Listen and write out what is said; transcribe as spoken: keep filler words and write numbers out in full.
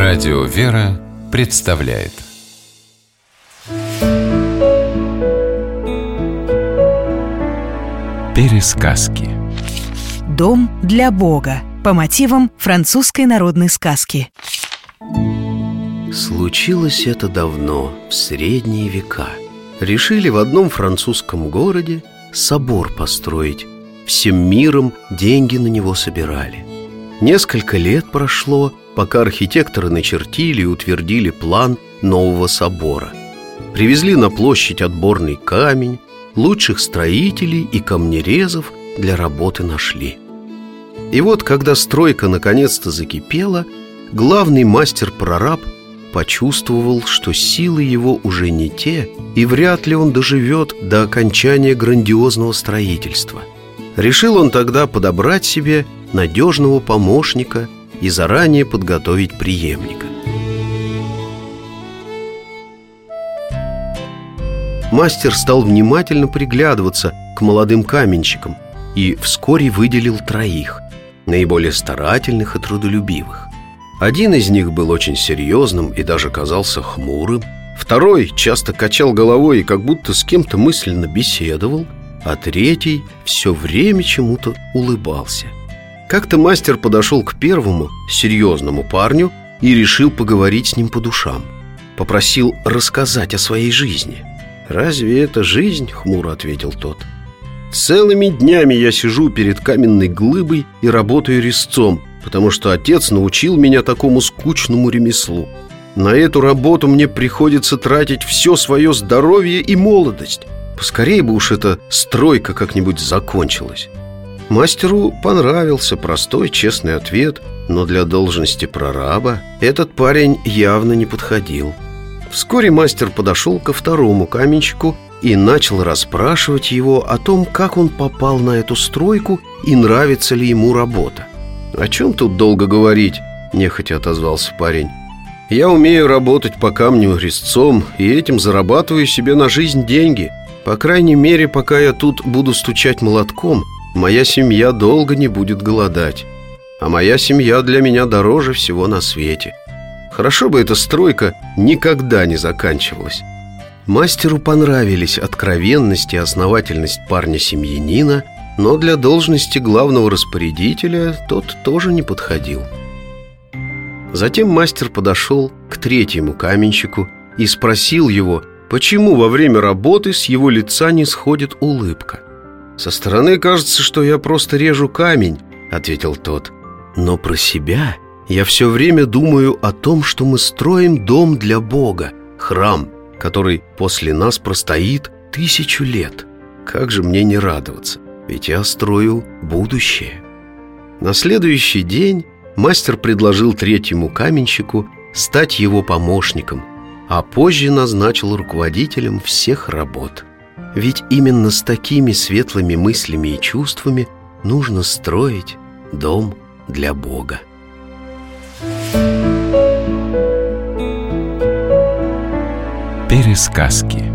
Радио «Вера» представляет Пересказки. Дом для Бога по мотивам французской народной сказки. Случилось это давно, в средние века. Решили в одном французском городе собор построить. Всем миром деньги на него собирали. Несколько лет прошло, пока архитекторы начертили и утвердили план нового собора. Привезли на площадь отборный камень, лучших строителей и камнерезов для работы нашли. И вот, когда стройка наконец-то закипела, главный мастер-прораб почувствовал, что силы его уже не те, и вряд ли он доживет до окончания грандиозного строительства. Решил он тогда подобрать себе надежного помощника и заранее подготовить преемника. Мастер стал внимательно приглядываться к молодым каменщикам и вскоре выделил троих, наиболее старательных и трудолюбивых. Один из них был очень серьезным и даже казался хмурым. Второй часто качал головой и как будто с кем-то мысленно беседовал, а третий все время чему-то улыбался. Как-то мастер подошел к первому, серьезному парню и решил поговорить с ним по душам. Попросил рассказать о своей жизни. «Разве это жизнь?» — хмуро ответил тот. «Целыми днями я сижу перед каменной глыбой и работаю резцом, потому что отец научил меня такому скучному ремеслу. На эту работу мне приходится тратить все свое здоровье и молодость. Поскорее бы уж эта стройка как-нибудь закончилась». Мастеру понравился простой, честный ответ, но для должности прораба этот парень явно не подходил. Вскоре мастер подошел ко второму каменщику и начал расспрашивать его о том, как он попал на эту стройку и нравится ли ему работа. «О чем тут долго говорить?» – нехотя отозвался парень. «Я умею работать по камню резцом и этим зарабатываю себе на жизнь деньги. По крайней мере, пока я тут буду стучать молотком, моя семья долго не будет голодать. А моя семья для меня дороже всего на свете. Хорошо бы эта стройка никогда не заканчивалась». Мастеру понравились откровенность и основательность парня-семьянина, но для должности главного распорядителя тот тоже не подходил. Затем мастер подошел к третьему каменщику и спросил его, почему во время работы с его лица не сходит улыбка. «Со стороны кажется, что я просто режу камень», — ответил тот. «Но про себя я все время думаю о том, что мы строим дом для Бога, храм, который после нас простоит тысячу лет. Как же мне не радоваться, ведь я строю будущее». На следующий день мастер предложил третьему каменщику стать его помощником, а позже назначил руководителем всех работ. Ведь именно с такими светлыми мыслями и чувствами нужно строить дом для Бога. Пересказки.